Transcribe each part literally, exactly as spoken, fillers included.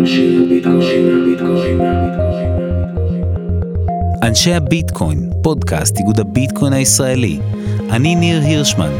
אנשי הביטקוין, פודקאסט איגוד הביטקוין הישראלי. אני ניר הירשמן.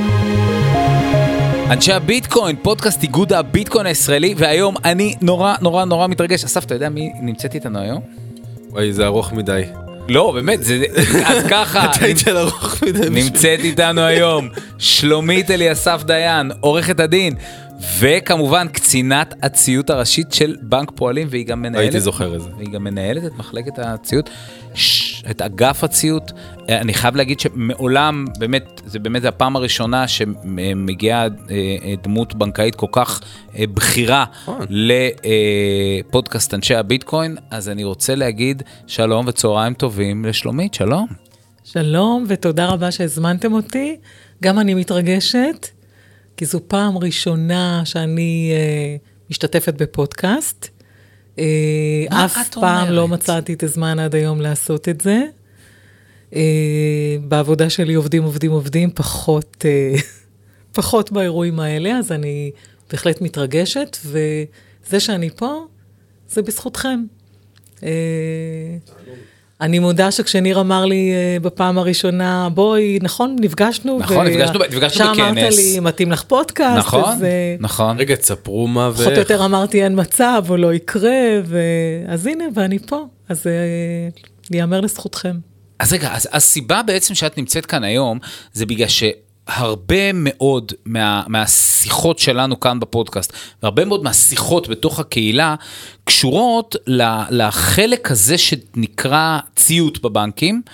אנשי הביטקוין, פודקאסט איגוד הביטקוין הישראלי, והיום אני נורא נורא נורא מתרגש. אסף, אתה יודע מי נמצאת איתנו היום? וואי, זה ארוך מדי. לא, באמת, זה, אז ככה, אתה היית על ארוך מדי. נמצאת איתנו היום שלומית אליאסף דיין, עורכת הדין, וכמובן קצינת הציות הראשית של בנק פועלים, והיא גם מנהלת. הייתי זוכר את זה. והיא גם מנהלת את מחלקת הציות, את אגף הציות. אני חייב להגיד שמעולם, באמת, זה באמת הפעם הראשונה שמגיעה דמות בנקאית כל כך בחירה לפודקאסט אנשי הביטקוין, אז אני רוצה להגיד שלום וצהריים טובים לשלומית, שלום. שלום ותודה רבה שהזמנתם אותי, גם אני מתרגשת, כי זו פעם ראשונה שאני uh, משתתפת בפודקאסט. Uh, אף פעם אומרת? לא מצאתי את הזמן עד היום לעשות את זה. Uh, בעבודה שלי עובדים, עובדים, עובדים, פחות, uh, פחות באירועים האלה, אז אני בהחלט מתרגשת, וזה שאני פה, זה בזכותכם. Uh, אני מודה שכשניר אמר לי uh, בפעם הראשונה, בואי, נכון, נפגשנו. נכון, נפגשנו, נפגשנו בכנס. שאמרת לי, מתאים לך פודקאסט. נכון, אז, נכון. רגע, תספרו מה ואיך. פחות או יותר אמרתי, אין מצב, או לא יקרה, ו... אז הנה, ואני פה. אז uh, יאמר לזכותכם. אז רגע, אז הסיבה בעצם שאת נמצאת כאן היום, זה בגלל ש... הרבה מאוד מה, מהשיחות שלנו כאן בפודקאסט, והרבה מאוד מהשיחות בתוך הקהילה, קשורות לחלק הזה שנקרא ציות בבנקים,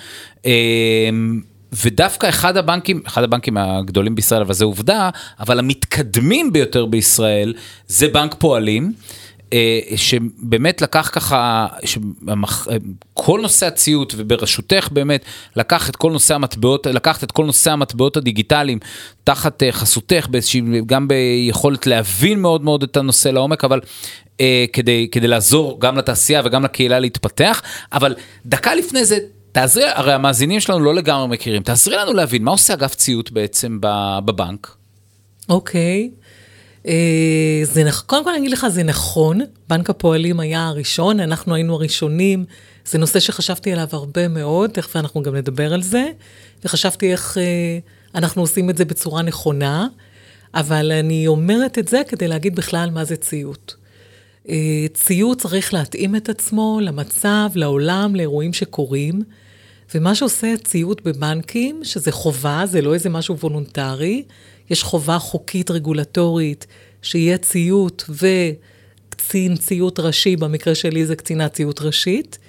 ודווקא אחד הבנקים, אחד הבנקים הגדולים בישראל, אבל זה עובדה, אבל המתקדמים ביותר בישראל, זה בנק פועלים, שבאמת לקח ככה, כל נושא הציות, וברשותך באמת, לקח את כל נושא המטבעות, לקחת את כל נושא המטבעות הדיגיטליים, תחת חסותך, גם ביכולת להבין מאוד מאוד את הנושא לעומק, אבל כדי, כדי לעזור גם לתעשייה וגם לקהילה להתפתח, אבל דקה לפני זה, תעזרי, הרי המאזינים שלנו לא לגמרי מכירים, תעזרי לנו להבין, מה עושה אגף ציות בעצם בבנק? אוקיי. זה נכ... קודם כל אני אגיד לך, זה נכון, בנק הפועלים היה הראשון, אנחנו היינו הראשונים, זה נושא שחשבתי עליו הרבה מאוד, תכף אנחנו גם נדבר על זה, וחשבתי איך אה, אנחנו עושים את זה בצורה נכונה, אבל אני אומרת את זה כדי להגיד בכלל מה זה ציות. אה, ציות צריך להתאים את עצמו למצב, לעולם, לאירועים שקורים, ומה שעושה ציות בבנקים, שזה חובה, זה לא איזה משהו וולונטרי, יש חובה חוקית רגולטורית, שיהיה ציות וקצין ציות ראשי, במקרה שלי זה קצינת ציות ראשית.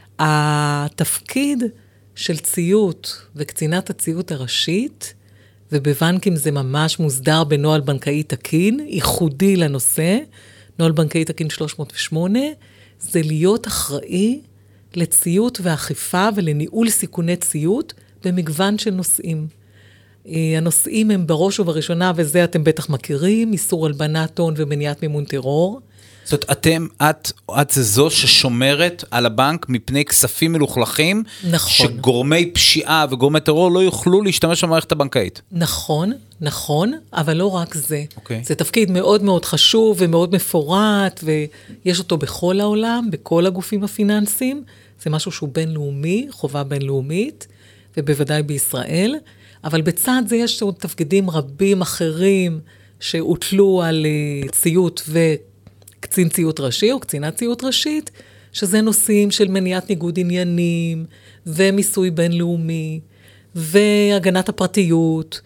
התפקיד של ציות וקצינת הציות הראשית, ובבנקים זה ממש מוסדר בנוהל בנקאי תקין, ייחודי לנושא, נוהל בנקאי תקין שלוש מאות ושמונה, זה להיות אחראי לציות ואכיפה ולניהול סיכוני ציות במגוון של נושאים. הנושאים הם בראש ובראשונה, וזה אתם בטח מכירים, איסור הלבנת הון ומניעת מימון טרור. זאת אומרת, אתם, את, את זה זו ששומרת על הבנק מפני כספים מלוכלכים, נכון. שגורמי פשיעה וגורמי טרור לא יוכלו להשתמש במערכת הבנקאית. נכון, נכון, אבל לא רק זה. אוקיי. זה תפקיד מאוד מאוד חשוב ומאוד מפורט, ויש אותו בכל העולם, בכל הגופים הפיננסיים. זה משהו שהוא בינלאומי, חובה בינלאומית, ובוודאי בישראל. אבל בצד זה יש תפקידים רבים אחרים שהוטלו על ציות וקצין ציות ראשי או קצינת ציות ראשית, שזה נושאים של מניעת ניגוד עניינים ומיסוי בינלאומי והגנת הפרטיות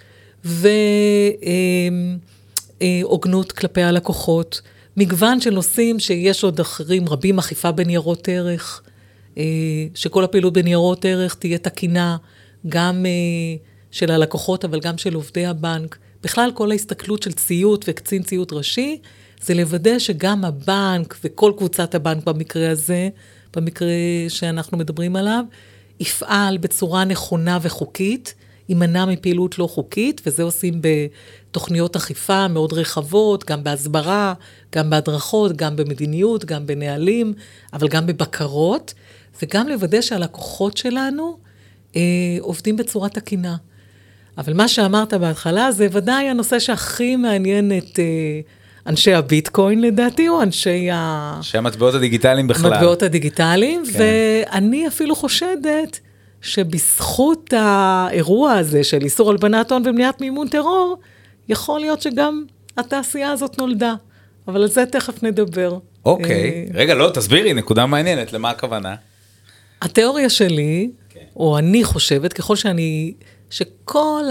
והוגנות כלפי הלקוחות. מגוון של נושאים שיש עוד אחרים רבים, אכיפה בניירות ערך, שכל הפעילות בניירות ערך תהיה תקינה, גם של הלקוחות, אבל גם של עובדי הבנק. בכלל, כל ההסתכלות של ציות וקצין ציות ראשי, זה לוודא שגם הבנק וכל קבוצת הבנק במקרה הזה, במקרה שאנחנו מדברים עליו, יפעל בצורה נכונה וחוקית, יימנע מפעילות לא חוקית, וזה עושים בתוכניות אכיפה מאוד רחבות, גם בהסברה, גם בהדרכות, גם במדיניות, גם בנהלים, אבל גם בבקרות, וגם לוודא שהלקוחות שלנו אה, עובדים בצורה תקינה. אבל מה שאמרת בהתחלה, זה ודאי הנושא שהכי מעניין את אה, אנשי הביטקוין לדעתי, או אנשי ה... שהמטבעות הדיגיטליים בכלל. המטבעות הדיגיטליים, כן. ואני אפילו חושדת שבזכות האירוע הזה של איסור הלבנת הון ומניעת מימון טרור, יכול להיות שגם התעשייה הזאת נולדה. אבל על זה תכף נדבר. אוקיי. רגע, לא, תסבירי, נקודה מעניינת, למה הכוונה? התיאוריה שלי, כן. או אני חושבת, ככל שאני, שכל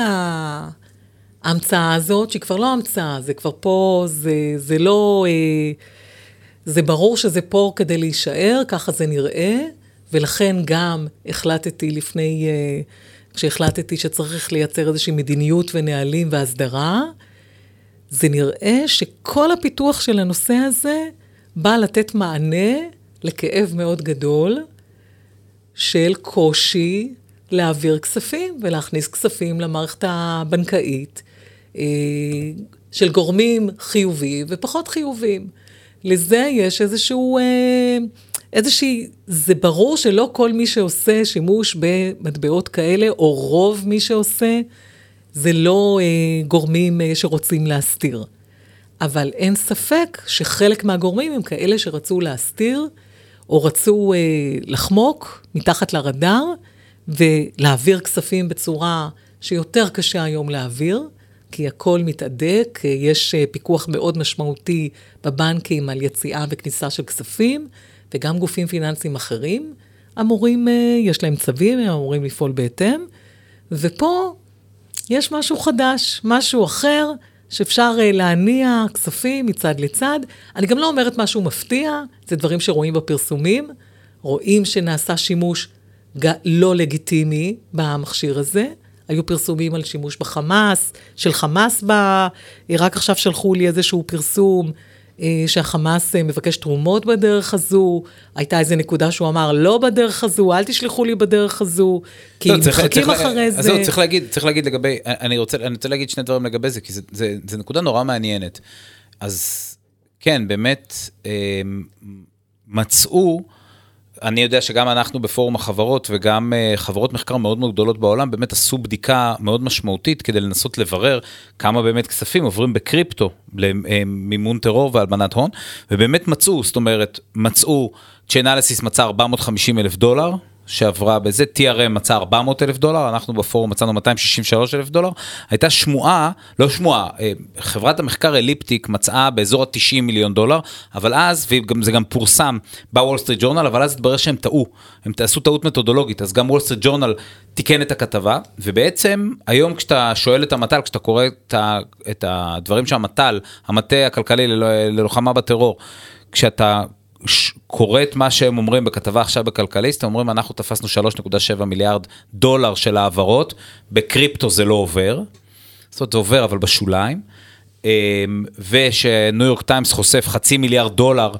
ההמצאה הזאת, שהיא כבר לא המצאה, זה כבר פה, זה, זה לא, זה ברור שזה פה כדי להישאר, ככה זה נראה, ולכן גם החלטתי לפני, כשהחלטתי שצריך לייצר איזושהי מדיניות ונהלים והסדרה, זה נראה שכל הפיתוח של הנושא הזה בא לתת מענה לכאב מאוד גדול של קושי להעביר כספים ולהכניס כספים למערכת הבנקאית של גורמים חיוביים ופחות חיוביים. לזה יש איזשהו, איזושהי, זה ברור שלא כל מי שעושה שימוש במטבעות כאלה, או רוב מי שעושה, זה לא אה, גורמים אה, שרוצים להסתיר. אבל אין ספק שחלק מהגורמים הם כאלה שרצו להסתיר, או רצו אה, לחמוק מתחת לרדאר, ולהעביר כספים בצורה שיותר קשה היום להעביר, כי הכל מתעדק, אה, יש אה, פיקוח מאוד משמעותי בבנקים על יציאה וכניסה של כספים, וגם גופים פיננסיים אחרים, אמורים, אה, יש להם צווים, הם אמורים לפעול בהתאם, ופה, יש משהו חדש, משהו אחר, שאפשר להניע כספים מצד לצד. אני גם לא אומרת משהו מפתיע, זה דברים שרואים בפרסומים, רואים שנעשה שימוש לא לגיטימי במכשיר הזה, היו פרסומים על שימוש בחמאס, של חמאס בה, רק עכשיו שלחו לי איזשהו פרסום, שהחמאס מבקש תרומות בדרך הזו, הייתה איזו נקודה שהוא אמר, לא בדרך הזו, אל תשלחו לי בדרך הזו, כי מתחלקים אחרי זה. אז זהו, צריך להגיד, צריך להגיד לגבי, אני רוצה, אני רוצה להגיד שני דברים לגבי זה, כי זה, זה, זה נקודה נורא מעניינת. אז כן, באמת, מצאו, אני יודע שגם אנחנו בפורום החברות, וגם חברות מחקר מאוד מאוד גדולות בעולם, באמת עשו בדיקה מאוד משמעותית, כדי לנסות לברר כמה באמת כספים עוברים בקריפטו, למימון טרור והלבנת הון, ובאמת מצאו, זאת אומרת, מצאו, צ'אנליסיס מצא ארבע מאות וחמישים אלף דולר, שעברה בזה, טי אר אם מצא ארבע מאות אלף דולר, אנחנו בפורום מצאנו מאתיים שישים ושלושה אלף דולר, הייתה שמועה, לא שמועה, חברת המחקר אליפטיק מצאה באזור ה-תשעים מיליון דולר, אבל אז, וזה גם פורסם בוול סטריט ג'ורנל, אבל אז התברר שהם טעו, הם עשו טעות מתודולוגית, אז גם וול סטריט ג'ורנל תיקן את הכתבה, ובעצם היום כשאתה שואל את המטל, כשאתה קורא את הדברים שהמטל, המטה הכלכלי ללוחמה בטרור, כשאתה קורא את מה שהם אומרים בכתבה עכשיו בכלכליסט, הם אומרים, אנחנו תפסנו שלוש נקודה שבע מיליארד דולר של העברות, בקריפטו זה לא עובר, זאת אומרת, זה עובר, אבל בשוליים, ושניו יורק טיימס חושף חצי מיליארד דולר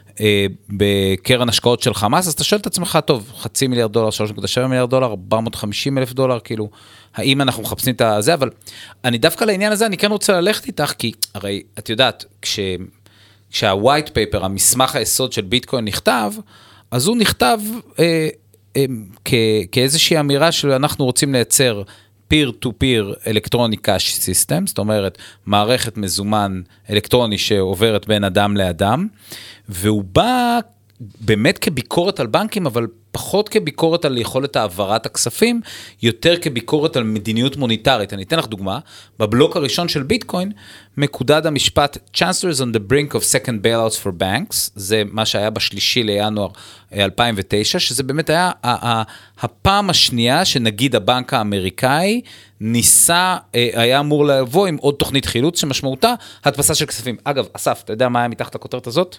בקרן השקעות של חמאס, אז אתה שואל את עצמך, טוב, חצי מיליארד דולר, שלוש נקודה שבע מיליארד דולר, ארבע מאות וחמישים אלף דולר, כאילו, האם אנחנו מחפשים את זה, אבל אני דווקא לעניין הזה, אני כן רוצה ללכת איתך, כי הרי, את יודעת, כש... כשה-white paper, המסמך היסוד של ביטקוין נכתב, אז הוא נכתב אה, אה, כ- כאיזושהי אמירה שאנחנו רוצים לייצר peer-to-peer electronic cash system, זאת אומרת, מערכת מזומן אלקטרוני שעוברת בין אדם לאדם, והוא בא באמת כביקורת על בנקים, אבל פחות כביקורת על יכולת העברת הכספים, יותר כביקורת על מדיניות מוניטרית. אני אתן לך דוגמה, בבלוק הראשון של ביטקוין, מקודד המשפט, Chancellors on the brink of second bailouts for banks, זה מה שהיה בשלישי לינואר אלפיים ותשע, שזה באמת היה הפעם השנייה שנגיד הבנק האמריקאי ניסה, היה אמור לבוא עם עוד תוכנית חילוץ, שמשמעותה הדפסה של כספים. אגב, אסף, אתה יודע מה היה מתחת הכותרת הזאת?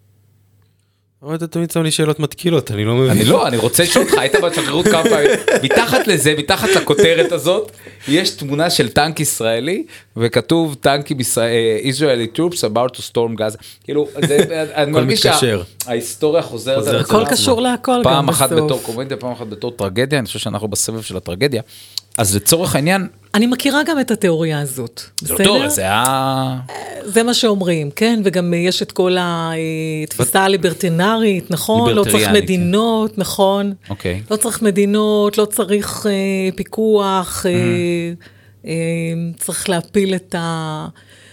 אבל אתה תמיד שם לי שאלות מתקילות, אני לא מבין. אני לא, אני רוצה לשאול אותך, היית בשגרירות כמה פעמים, מתחת לזה, מתחת לכותרת הזאת, יש תמונה של טנק ישראלי, וכתוב טנקים Israeli troops about to storm Gaza. כאילו, אני מרגיש שההיסטוריה חוזרת. הכל קשור להכל גם פעם אחת בסוף. בתור קומדיה, פעם אחת בתור טרגדיה, אני חושב שאנחנו בסבב של הטרגדיה. אז לצורך העניין... אני מכירה גם את התיאוריה הזאת, בסדר? טוב, זה היה... זה מה שאומרים, כן? וגם יש את כל התפיסה הליברטינרית, נכון? לא צריך מדינות, נכון? אוקיי. לא צריך מדינות, לא צריך פיקוח, צריך להפיל את ה...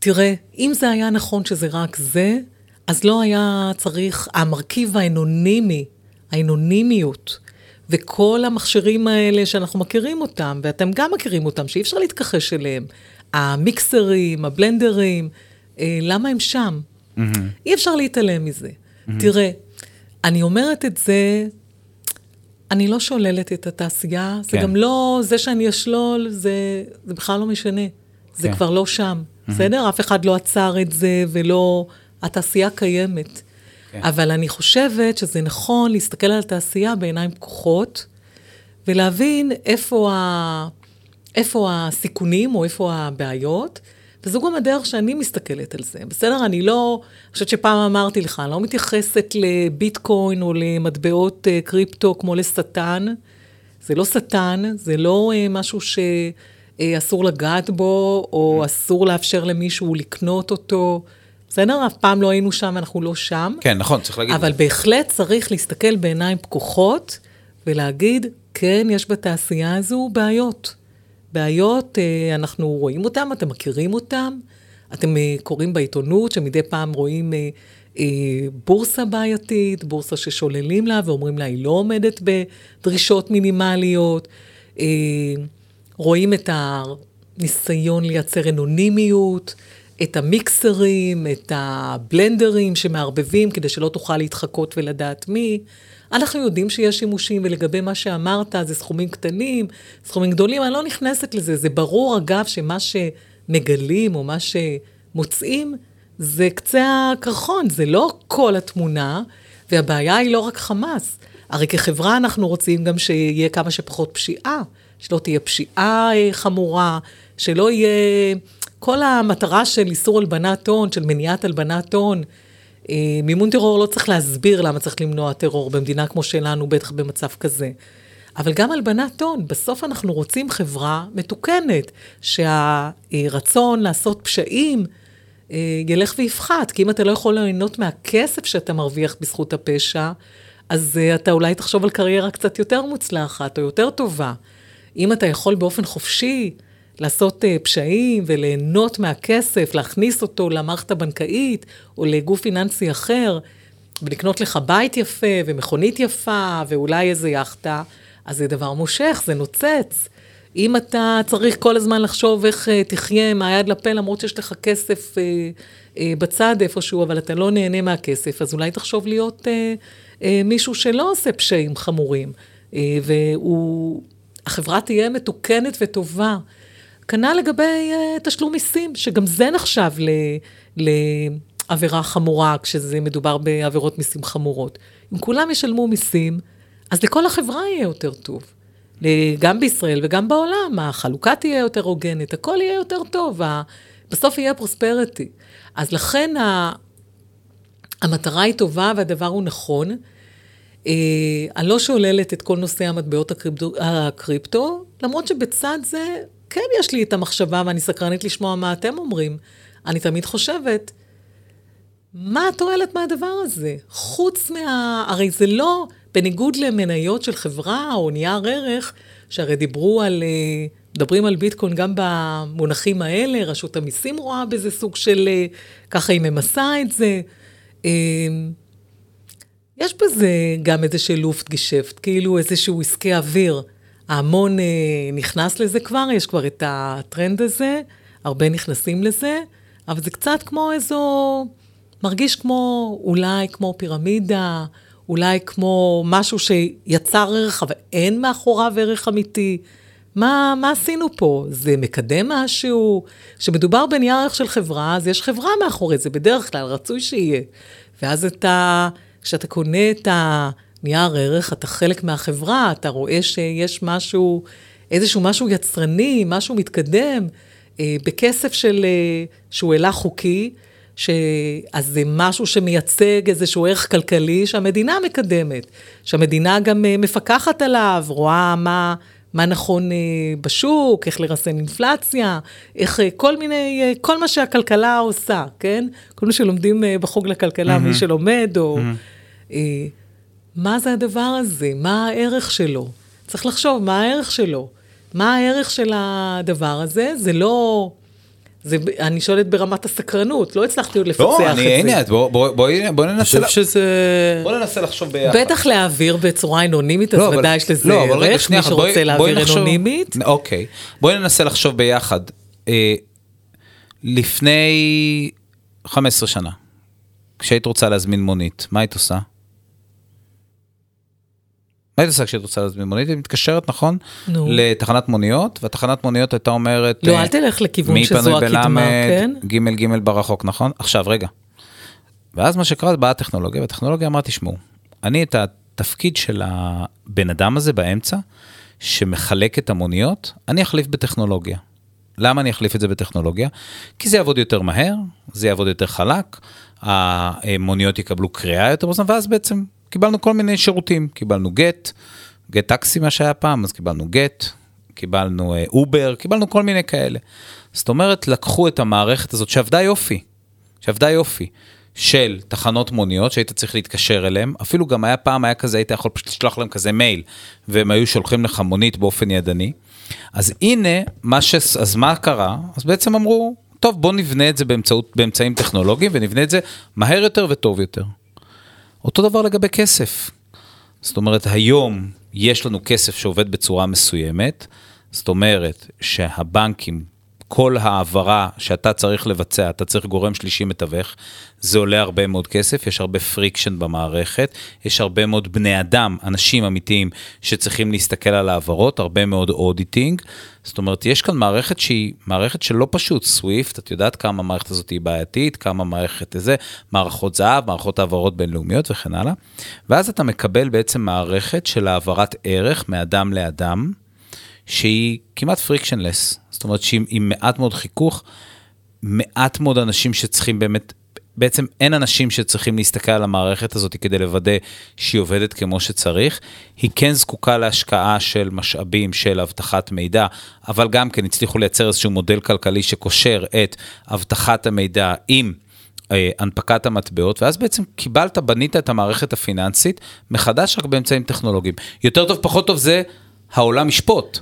תראה, אם זה היה נכון שזה רק זה, אז לא היה צריך, המרכיב האנונימי, האנונימיות, וכל המכשירים האלה שאנחנו מכירים אותם, ואתם גם מכירים אותם, שאי אפשר להתכחש אליהם, המיקסרים, הבלנדרים, אה, למה הם שם? Mm-hmm. אי אפשר להתעלם מזה. Mm-hmm. תראה, אני אומרת את זה, אני לא שוללת את התעשייה, כן. זה גם לא, זה שאני אשלול, זה, זה בכלל לא משנה. זה כן. כבר לא שם. Mm-hmm. בסדר? אף אחד לא עצר את זה, ולא, התעשייה קיימת. כן. אבל אני חושבת שזה נכון להסתכל על התעשייה בעיניים פקוחות, ולהבין איפה, ה, איפה הסיכונים, או איפה הבעיות, וזו גם הדרך שאני מסתכלת על זה. בסדר? אני לא, אני חושבת שפעם אמרתי לך, אני לא מתייחסת לביטקוין או למטבעות קריפטו כמו לשטן. זה לא שטן, זה לא משהו שאסור לגעת בו, או אסור לאפשר למישהו לקנות אותו. בסדר? אף פעם לא היינו שם, אנחנו לא שם. כן, נכון, צריך להגיד. אבל בהחלט צריך להסתכל בעיניים פקוחות, ולהגיד, כן, יש בתעשייה הזו בעיות. בעיות, אנחנו רואים אותם, אתם מכירים אותם, אתם קוראים בעיתונות, שמדי פעם רואים בורסה בעייתית, בורסה ששוללים לה, ואומרים לה, היא לא עומדת בדרישות מינימליות, רואים את הניסיון לייצר אנונימיות, את המיקסרים, את הבלנדרים שמערבבים, כדי שלא תוכל להתחקות ולדעת מי. אנחנו יודעים שיש שימושים, ולגבי מה שאמרת, זה סכומים קטנים, סכומים גדולים, אני לא נכנסת לזה. זה ברור, אגב, שמה שמגלים, או מה שמוצאים, זה קצה הקרחון, זה לא כל התמונה, והבעיה היא לא רק חמאס. הרי כחברה אנחנו רוצים גם שיהיה כמה שפחות פשיעה, שלא תהיה פשיעה חמורה, שלא יהיה כל המטרה של איסור הלבנת הון, של מניעת הלבנת הון, מימון טרור לא צריך להסביר למה צריך למנוע טרור במדינה כמו שלנו, בטח במצב כזה. אבל גם הלבנת הון, בסוף אנחנו רוצים חברה מתוקנת, שהרצון לעשות פשעים ילך ויפחת, כי אם אתה לא יכול ליהנות מהכסף שאתה מרוויח בזכות הפשע, אז אתה אולי תחשוב על קריירה קצת יותר מוצלחת או יותר טובה. אם אתה יכול באופן חופשי לעשות פשעים וליהנות מהכסף, להכניס אותו למערכת הבנקאית או לגוף פיננסי אחר, ולקנות לך בית יפה ומכונית יפה ואולי איזה יחטה, אז זה דבר מושך, זה נוצץ. אם אתה צריך כל הזמן לחשוב איך תחיה מהיד לפה, למרות שיש לך כסף בצד איפשהו, אבל אתה לא נהנה מהכסף, אז אולי תחשוב להיות מישהו שלא עושה פשעים חמורים, והחברה תהיה מתוקנת וטובה. כנ"ל לגבי uh, תשלום מיסים, שגם זה נחשב ל, לעבירה חמורה, כשזה מדובר בעבירות מיסים חמורות. אם כולם ישלמו מיסים, אז לכל החברה יהיה יותר טוב. גם בישראל וגם בעולם, החלוקה תהיה יותר הוגנת, הכל יהיה יותר טוב, בסוף יהיה פרוספריטי. אז לכן ה, המטרה היא טובה והדבר הוא נכון. אה, אני לא שוללת את כל נושא המטבעות הקריפטו, הקריפטו, למרות שבצד זה, כן, יש לי את המחשבה, ואני סקרנית לשמוע מה אתם אומרים. אני תמיד חושבת, מה התועלת מהדבר הזה? חוץ מה... הרי זה לא, בניגוד למניות של חברה או נייר ערך, שהרי דיברו על, מדברים על ביטקוין גם במונחים האלה, רשות המיסים רואה בזה סוג של, ככה היא ממסה את זה. יש בזה גם איזשהו לופט גשפט, כאילו איזשהו עסקי אוויר, ההמון אה, נכנס לזה כבר, יש כבר את הטרנד הזה, הרבה נכנסים לזה, אבל זה קצת כמו איזו, מרגיש כמו, אולי כמו פירמידה, אולי כמו משהו שיצר ערך, אבל אין מאחוריו ערך אמיתי. מה, מה עשינו פה? זה מקדם משהו? כשמדובר בנייר ערך של חברה, אז יש חברה מאחורי זה, בדרך כלל רצוי שיהיה. ואז אתה, כשאתה קונה את ה... נייר ערך, אתה חלק מהחברה, אתה רואה שיש משהו, איזשהו משהו יצרני, משהו מתקדם, אה, בכסף של, אה, שהוא אלה חוקי, ש... אז זה משהו שמייצג איזשהו ערך כלכלי שהמדינה מקדמת, שהמדינה גם אה, מפקחת עליו, רואה מה, מה נכון אה, בשוק, איך לרסן אינפלציה, איך אה, כל מיני, אה, כל מה שהכלכלה עושה, כן? כל מה שלומדים אה, בחוג לכלכלה, mm-hmm. מי שלומד, או... Mm-hmm. אה, מה זה הדבר הזה? מה הערך שלו? צריך לחשוב, מה הערך שלו? מה הערך של הדבר הזה? זה לא, זה, אני שואלת ברמת הסקרנות, לא הצלחתי עוד לפצח לא, את אני, זה. הנה, בוא, בוא, בוא, בוא ננסה, אני חושב שזה... בוא ננסה לחשוב ביחד. בטח להעביר בצורה אנונימית, אז לא, אבל- ודאי יש לזה לא, אבל רגע, ערך, שנייה מי אחת, בואי- שרוצה בואי להעביר נחשוב- אנונימית. אוקיי, בואי ננסה לחשוב ביחד. אה, לפני חמש עשרה שנה, כשהיית רוצה להזמין מונית, מה היית עושה? מה היית עושה כשהיית רוצה להזמין מונית? היא מתקשרת, נכון? נו. לתחנת מוניות, והתחנת מוניות הייתה אומרת... לא, אה, אל תלך לכיוון מי שזו פנוי הקדמה, בלמד, כן? ג' ג' ברחוק, נכון? עכשיו, רגע. ואז מה שקרה, באה הטכנולוגיה, והטכנולוגיה אמרה, תשמעו, אני את התפקיד של הבן אדם הזה באמצע, שמחלק את המוניות, אני אחליף בטכנולוגיה. למה אני אחליף את זה בטכנולוגיה? כי זה יעבוד יותר מהר, זה יעבוד יותר חלק, המוניות יקבלו קריאה יותר בזמן, ואז בעצם קיבלנו כל מיני שירותים, קיבלנו גט, גט טקסי מה שהיה פעם, אז קיבלנו גט, קיבלנו אובר, קיבלנו כל מיני כאלה. זאת אומרת, לקחו את המערכת הזאת שעבדה יופי, שעבדה יופי, של תחנות מוניות, שהיית צריך להתקשר אליהם, אפילו גם היה פעם, היה כזה, היית יכול פשוט לשלוח להם כזה מייל, והם היו שולחים לך מונית באופן ידני. אז הנה, מה ש... אז מה קרה? אז בעצם אמרו, טוב, בוא נבנה את זה באמצעות, באמצעים טכנולוגיים, ונבנה את זה מהר יותר וטוב יותר. אותו דבר לגבי כסף. זאת אומרת, היום יש לנו כסף שעובד בצורה מסוימת, זאת אומרת שהבנקים, כל העברה שאתה צריך לבצע, אתה צריך גורם שלישי מתווך, זה עולה הרבה מאוד כסף, יש הרבה פריקשן במערכת, יש הרבה מאוד בני אדם, אנשים אמיתיים שצריכים להסתכל על העברות, הרבה מאוד אודיטינג, זאת אומרת, יש כאן מערכת שהיא מערכת שלא פשוט, סוויפט, את יודעת כמה המערכת הזאת היא בעייתית, כמה מערכת איזה, מערכות זהב, מערכות העברות בינלאומיות וכן הלאה, ואז אתה מקבל בעצם מערכת של העברת ערך מאדם לאדם, שהיא כמעט פריקשנלס, זאת אומרת שהיא עם מעט מאוד חיכוך, מעט מאוד אנשים שצריכים באמת, בעצם אין אנשים שצריכים להסתכל על המערכת הזאת כדי לוודא שהיא עובדת כמו שצריך, היא כן זקוקה להשקעה של משאבים, של הבטחת מידע, אבל גם כן הצליחו לייצר איזשהו מודל כלכלי שקושר את הבטחת המידע עם הנפקת המטבעות, ואז בעצם קיבלת, בנית את המערכת הפיננסית, מחדש רק באמצעים טכנולוגיים. יותר טוב, פחות טוב זה העולם ישפוט.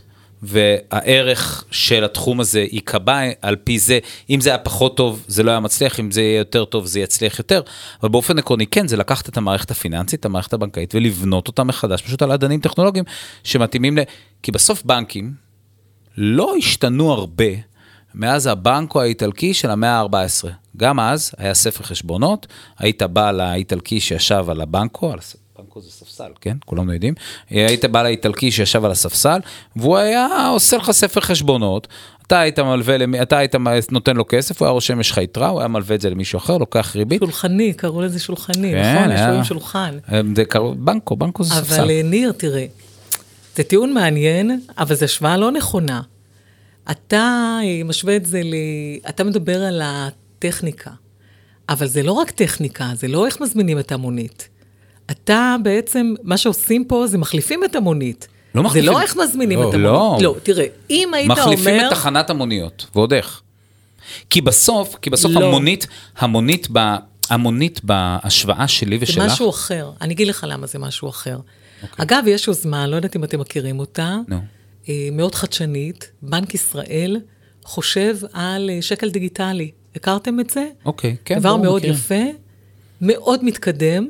והערך של התחום הזה יקבע על פי זה, אם זה היה פחות טוב, זה לא היה מצליח, אם זה יהיה יותר טוב, זה יצליח יותר, אבל באופן עקרוני, כן, זה לקחת את המערכת הפיננסית, את המערכת הבנקאית, ולבנות אותה מחדש, פשוט על עדנים טכנולוגיים, שמתאימים ל... כי בסוף בנקים לא השתנו הרבה, מאז הבנקו האיטלקי של המאה ה-ארבע עשרה. גם אז היה ספר חשבונות, היית בא לאיטלקי שישב על הבנקו, על הספר, בנקו זה ספסל, כן? כולם לא יודעים. היית בא לאיטלקי שישב על הספסל, והוא היה עושה לך ספר חשבונות, אתה היית מלווה, אתה היית נותן לו כסף, הוא היה רושם יש לך יתרה, הוא היה מלווה את זה למישהו אחר, לוקח ריבית. שולחני, קראו לזה שולחני, כן, נכון? היה... ישבו עם שולחן. זה קראו, בנקו, בנקו זה ספסל. אבל ניר, תראה, זה טיעון מעניין, אבל זה השוואה לא נכונה. אתה משווה את זה ל... אתה מדבר על הטכניקה, אבל זה לא רק טכניקה, זה לא איך מזמינים את המונית. אתה בעצם, מה שעושים פה זה מחליפים את המונית. לא מחליפים. זה לא איך מזמינים לא, את המונית. לא. לא, תראה, אם היית אומר... מחליפים את תחנת המוניות, ועוד איך. כי בסוף, כי בסוף לא. המונית, המונית, ב, המונית בהשוואה שלי ושלך... זה משהו אחר. אני אגיד לך למה זה משהו אחר. Okay. אגב, יש יוזמה, לא יודעת אם אתם מכירים אותה, no. מאוד חדשנית, בנק ישראל חושב על שקל דיגיטלי. הכרתם את זה? אוקיי, okay, כן. דבר מאוד מכיר. יפה, מאוד מתקדם,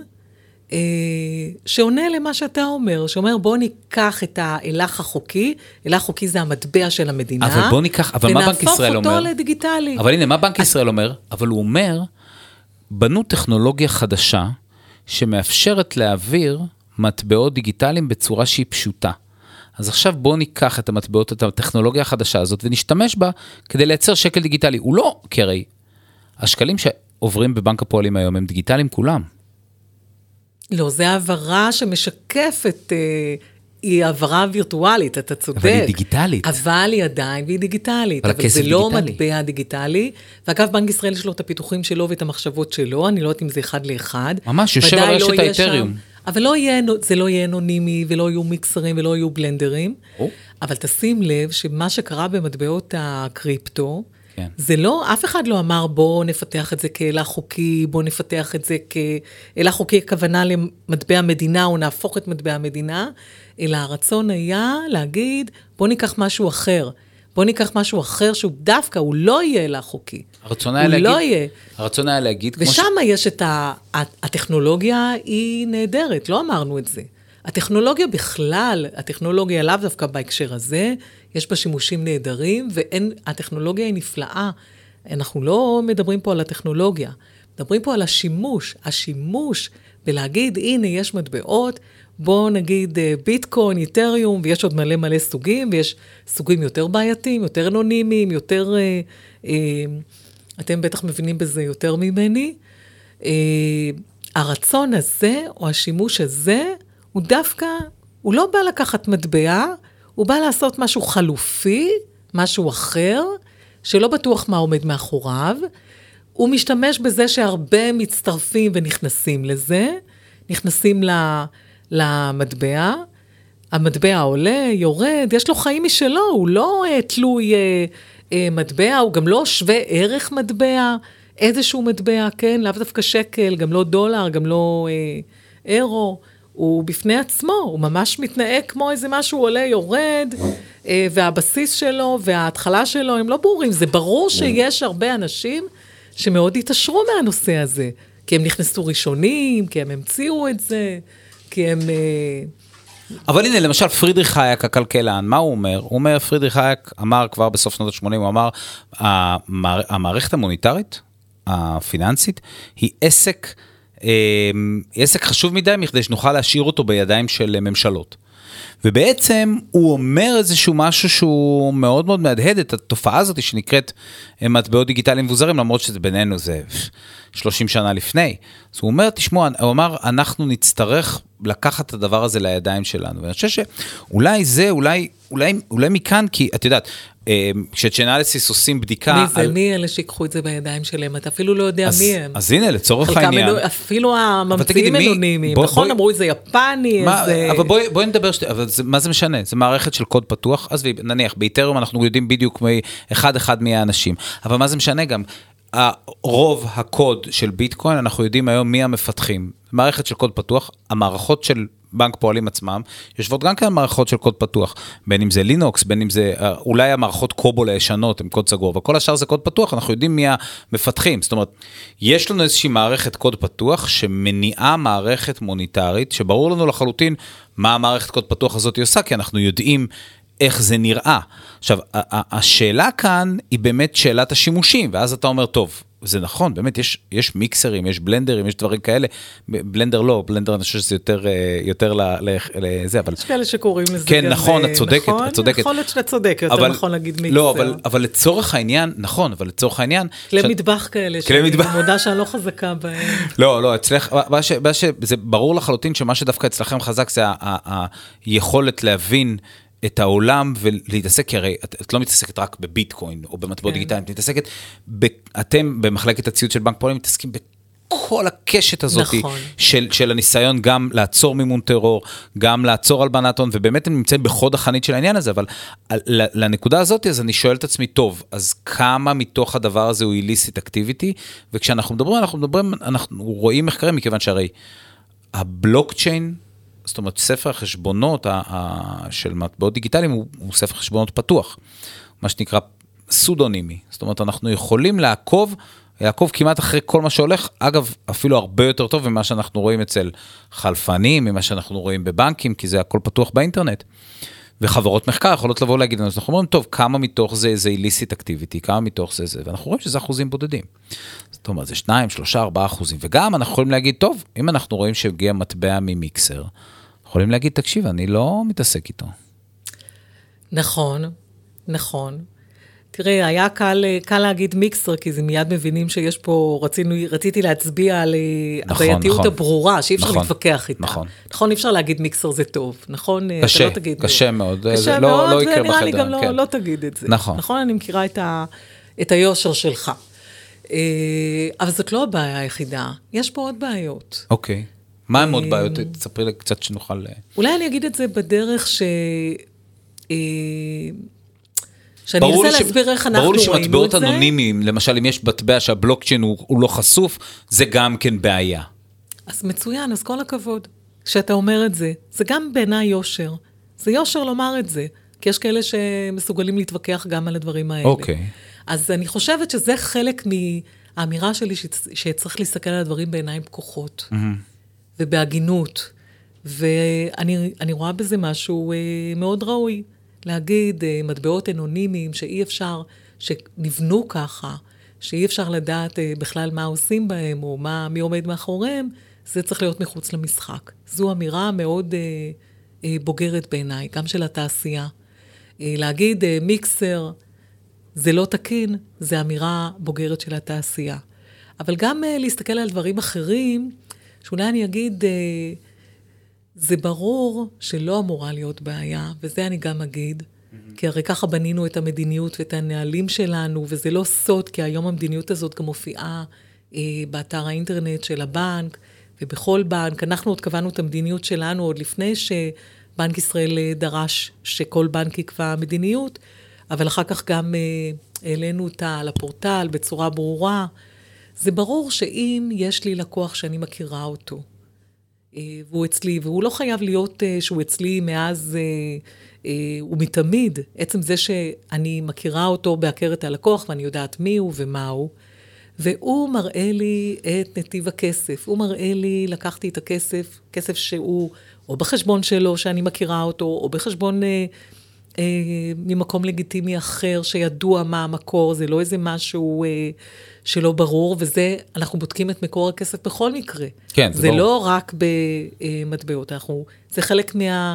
שעונה למה שאתה אומר, שאומר בוא ניקח את ההילך החוקי, הילך חוקי זה המטבע של המדינה, אבל בוא ניקח, אבל מה בנק ישראל אומר? ונהפוך אותו לדיגיטלי. אבל הנה, מה בנק ישראל אומר? אבל הוא אומר, בנו טכנולוגיה חדשה, שמאפשרת להעביר מטבעות דיגיטליים בצורה שהיא פשוטה. אז עכשיו בוא ניקח את המטבעות, את הטכנולוגיה החדשה הזאת, ונשתמש בה כדי לייצר שקל דיגיטלי. הוא לא, כי הרי השקלים שעוברים בבנק הפועלים היום הם דיגיטליים כולם. לא, זה העברה שמשקפת, היא העברה וירטואלית, אתה צודק. אבל היא דיגיטלית. אבל היא עדיין, והיא דיגיטלית. אבל הכסף דיגיטלי. אבל זה לא מטבע דיגיטלי. ואגב, בנק ישראל יש לו את הפיתוחים שלו ואת המחשבות שלו, אני לא יודעת אם זה אחד לאחד. ממש, יושב על רשת האתריום. אבל לא יהיה, זה לא יהיה אנונימי, ולא יהיו מיקסרים, ולא יהיו בלנדרים. או. אבל תשים לב שמה שקרה במטבעות הקריפטו, כן. זה לא, אף אחד לא אמר בוא נפתח את זה כאלה חוקי, בוא נפתח את זה כאלה חוקי, הכוונה למטבע המדינה, או נהפוך את מטבע המדינה, אלא הרצון היה להגיד, בוא ניקח משהו אחר, בוא ניקח משהו אחר שהוא דווקא, הוא לא יהיה לה חוקי. הרצון היה להגיד, לא יהיה. הרצון היה להגיד, ושם ש... יש את ה... הטכנולוגיה היא נהדרת, לא אמרנו את זה. הטכנולוגיה בכלל, הטכנולוגיה לאו דווקא בהקשר הזה, יש בה שימושים נהדרים, והטכנולוגיה היא נפלאה. אנחנו לא מדברים פה על הטכנולוגיה, מדברים פה על השימוש, השימוש בלהגיד, הנה יש מטבעות, בואו נגיד ביטקוין, איתריום, ויש עוד מלא מלא סוגים, ויש סוגים יותר בעייתיים, יותר אנונימיים, יותר, אה, אה, אתם בטח מבינים בזה יותר ממני. אה, הרצון הזה, או השימוש הזה, הוא דווקא, הוא לא בא לקחת מטבע, הוא בא לעשות משהו חלופי, משהו אחר, שלא בטוח מה עומד מאחוריו, הוא משתמש בזה שהרבה מצטרפים ונכנסים לזה, נכנסים למטבע, המטבע עולה, יורד, יש לו חיים משלו, הוא לא תלוי מטבע, הוא גם לא שווה ערך מטבע, איזשהו מטבע, כן, לאו דווקא שקל, גם לא דולר, גם לא אירו, הוא בפני עצמו, הוא ממש מתנהג כמו איזה משהו עולה, יורד, והבסיס שלו וההתחלה שלו הם לא ברורים. זה ברור שיש הרבה אנשים שמאוד התעשרו מהנושא הזה, כי הם נכנסו ראשונים, כי הם המציאו את זה, כי הם... אבל הנה, למשל, פרידריך הייק, הכלכלן, מה הוא אומר? הוא אומר, פרידריך הייק אמר כבר בסוף שנות ה-שמונים, הוא אמר, המערכת המוניטרית, הפיננסית, היא עסק... עסק חשוב מדי, מכדי שנוכל להשאיר אותו בידיים של ממשלות. ובעצם הוא אומר איזשהו משהו שהוא מאוד מאוד מהדהד את התופעה הזאת שנקראת מטבעות דיגיטליים מבוזרים, למרות שזה בינינו זה שלושים שנה לפני. אז הוא אומר, תשמעו, הוא אמר, אנחנו נצטרך לקחת את הדבר הזה לידיים שלנו. ואני חושב שאולי זה, אולי, אולי, אולי מכאן, כי את יודעת, כשצ'נליסיס עושים בדיקה... מי זה? על... מי אלה שיקחו את זה בידיים שלהם? אתה אפילו לא יודע אז, מי הם. אז הנה, לצורך העניין... אפילו הממציאים אנונימיים. בוא, נכון, בוא... אמרו את זה יפני, מה, איזה... אבל בואי, בואי נדבר, שת... אבל זה, מה זה משנה? זה מערכת של קוד פתוח, אז נניח, באיתריום אנחנו יודעים בדיוק אחד אחד מי האנשים. אבל מה זה משנה גם? רוב הקוד של ביטקוין, אנחנו יודעים היום מי המפתחים. מערכת של קוד פתוח, המערכות של בנק פועלים עצמם, יושבות גם כאן מערכות של קוד פתוח, בין אם זה לינוקס, בין אם זה, אולי המערכות קובול הישנות, הם קוד סגור, וכל השאר זה קוד פתוח, אנחנו יודעים מי המפתחים, זאת אומרת, יש לנו איזושהי מערכת קוד פתוח, שמניעה מערכת מוניטרית, שברור לנו לחלוטין, מה המערכת קוד פתוח הזאת היא עושה, כי אנחנו יודעים איך זה נראה. עכשיו, השאלה כאן, היא באמת שאלת השימושים, ואז אתה אומר, טוב, זה נכון, באמת, יש, יש מיקסרים, יש בלנדרים, יש דברים כאלה, בלנדר לא, בלנדר אני חושב שזה יותר, יותר לזה, אבל... יש כאלה שקוראים לזה כן, גם... נכון, את צודקת, נכון, את צודקת. יכול להיות שאתה צודק, יותר אבל, נכון להגיד מיקסר. לא, אבל, אבל לצורך העניין, נכון, אבל לצורך העניין... כלי ש... מטבח כאלה, כלי מטבח. שאני מודה שאני לא חזקה בהם. לא, לא, אצלך, ש, ש, זה ברור לחלוטין שמה שדווקא אצלכם חזק, זה היכולת להבין את העולם ולהתעסק, כי הרי את, את לא מתעסקת רק בביטקוין או במטבעות כן. דיגיטליים, את מתעסקת, ב, אתם במחלקת הציוד של בנק פועלים מתעסקים בכל הקשת הזאת נכון. של, של הניסיון גם לעצור מימון טרור, גם לעצור הלבנת הון, ובאמת הם נמצאים בחוד החנית של העניין הזה, אבל לנקודה הזאת, אז אני שואל את עצמי, טוב, אז כמה מתוך הדבר הזה הוא איליסיט אקטיביטי, וכשאנחנו מדברים, אנחנו מדברים, אנחנו רואים מחקרים, מכיוון שהרי הבלוקצ'יין, זאת אומרת, ספר החשבונות של מטבעות דיגיטליים הוא, הוא ספר חשבונות פתוח, מה שנקרא סודונימי. זאת אומרת, אנחנו יכולים לעקוב, לעקוב כמעט אחרי כל מה שהולך, אגב, אפילו הרבה יותר טוב ממה שאנחנו רואים אצל חלפנים, ממה שאנחנו רואים בבנקים, כי זה הכל פתוח באינטרנט. וחברות מחקר יכולות לבוא להגיד, אז אנחנו אומרים, טוב, כמה מתוך זה זה illicit activity, כמה מתוך זה זה, ואנחנו רואים שזה אחוזים בודדים. זאת אומרת, זה שניים, שלושה, ארבעה אחוזים, וגם אנחנו יכולים להגיד, טוב, אם אנחנו רואים שהגיע מטבע ממיקסר, יכולים להגיד, תקשיב, אני לא מתעסק איתו. נכון, נכון. תראה, היה קל, קל להגיד מיקסר, כי זה מיד מבינים שיש פה, רצינו, רציתי להצביע על נכון, הבעייתיות נכון. הברורה, שאי אפשר נכון, להתווכח איתה. נכון. נכון, אי אפשר להגיד מיקסר זה טוב, נכון? קשה, לא תגיד, קשה מאוד. קשה זה מאוד, לא, לא יקרה ונראה לי בחדר, גם לא, כן. לא תגיד את זה. נכון. נכון, אני מכירה את, ה, את היושר שלך. אבל זאת לא הבעיה היחידה, יש פה עוד בעיות. אוקיי. מה הם עוד בעיות? תספרי לי קצת שנוכל... אולי אני אגיד את זה בדרך ש... שאני אנסה להסביר איך אנחנו רואים את זה. ברור לי שמטבעות אנונימיים, למשל אם יש מטבע שהבלוקצ'יין הוא, הוא לא חשוף, זה גם כן בעיה. אז מצוין, אז כל הכבוד שאתה אומר את זה. זה גם בעיניי יושר. זה יושר לומר את זה. כי יש כאלה שמסוגלים להתווכח גם על הדברים האלה. אוקיי. אז אני חושבת שזה חלק מהאמירה שלי שצריך להסתכל על הדברים בעיניים פקוחות, ובהגינות, ואני אני רואה בזה משהו מאוד ראוי, להגיד מטבעות אנונימיים שאי אפשר, שנבנו ככה, שאי אפשר לדעת בכלל מה עושים בהם, או מה, מי עומד מאחוריהם, זה צריך להיות מחוץ למשחק. זו אמירה מאוד אה, אה, בוגרת בעיניי, גם של התעשייה. אה, להגיד אה, מיקסר, זה לא תקין, זה אמירה בוגרת של התעשייה. אבל גם אה, להסתכל על דברים אחרים, שאולי אני אגיד, אה, זה ברור שלא אמורה להיות בעיה, וזה אני גם אגיד, mm-hmm. כי הרי ככה בנינו את המדיניות ואת הנהלים שלנו, וזה לא סוד, כי היום המדיניות הזאת גם מופיעה אה, באתר האינטרנט של הבנק, ובכל בנק, אנחנו עוד קבענו את המדיניות שלנו, עוד לפני שבנק ישראל דרש שכל בנק יקבע מדיניות, אבל אחר כך גם העלינו אותה על הפורטל בצורה ברורה. זה ברור שאם יש לי לקוח שאני מכירה אותו, והוא אצלי, והוא לא חייב להיות שהוא אצלי מאז ומתמיד, עצם זה שאני מכירה אותו בהכרת הלקוח, ואני יודעת מי הוא ומה הוא, והוא מראה לי את נתיב הכסף. הוא מראה לי, לקחתי את הכסף, כסף שהוא או בחשבון שלו, שאני מכירה אותו, או בחשבון אה, אה, ממקום לגיטימי אחר, שידוע מה המקור, זה לא איזה משהו אה, שלא ברור, וזה, אנחנו בודקים את מקור הכסף בכל מקרה. כן, זה, זה ברור. לא רק במטבעות, אנחנו, זה חלק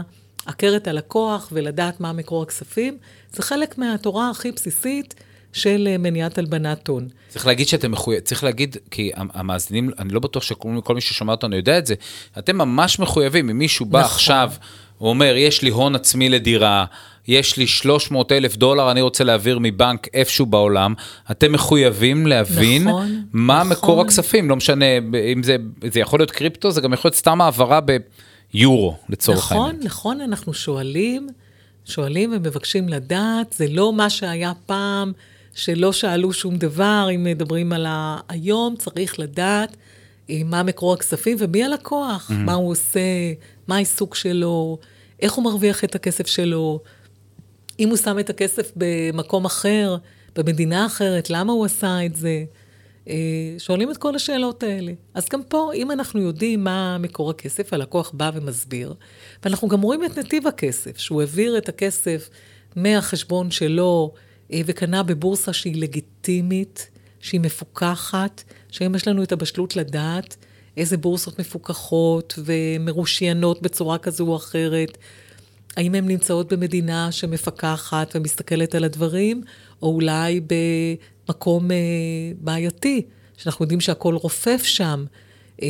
מהעקרת הלקוח, ולדעת מה מקור הכספים, זה חלק מהתורה הכי בסיסית, של מניעת הלבנת הון. צריך להגיד שאתם מחויבים, צריך להגיד, כי המאזינים, אני לא בטוח שכל מי ששומע אותנו יודע את זה, אתם ממש מחויבים, אם מישהו בא נכון. עכשיו, הוא אומר, יש לי הון עצמי לדירה, יש לי שלוש מאות אלף דולר, אני רוצה להעביר מבנק איפשהו בעולם, אתם מחויבים להבין נכון, מה נכון. מקור הכספים, לא משנה, אם זה, זה יכול להיות קריפטו, זה גם יכול להיות סתם העברה ביורו, לצורך העניין. נכון, נכון, אנחנו שואלים, שואלים ומבקשים לדעת, זה לא מה שהיה פעם, שלא שאלו שום דבר, אם מדברים על היום, צריך לדעת מה מקור הכספים ומי הלקוח, mm-hmm. מה הוא עושה, מה העיסוק שלו, איך הוא מרוויח את הכסף שלו, אם הוא שם את הכסף במקום אחר, במדינה אחרת, למה הוא עשה את זה? שואלים את כל השאלות האלה. אז גם פה, אם אנחנו יודעים מה מקור הכסף, הלקוח בא ומסביר, ואנחנו גם רואים את נתיב הכסף, שהוא העביר את הכסף מהחשבון שלו, וקנה בבורסה שהיא לגיטימית, שהיא מפוקחת, שהיום יש לנו את הבשלות לדעת איזה בורסות מפוקחות ומרושיינות בצורה כזו או אחרת, האם הן נמצאות במדינה שמפקחת ומסתכלת על הדברים, או אולי במקום אה, בעייתי, שאנחנו יודעים שהכל רופף שם. אה,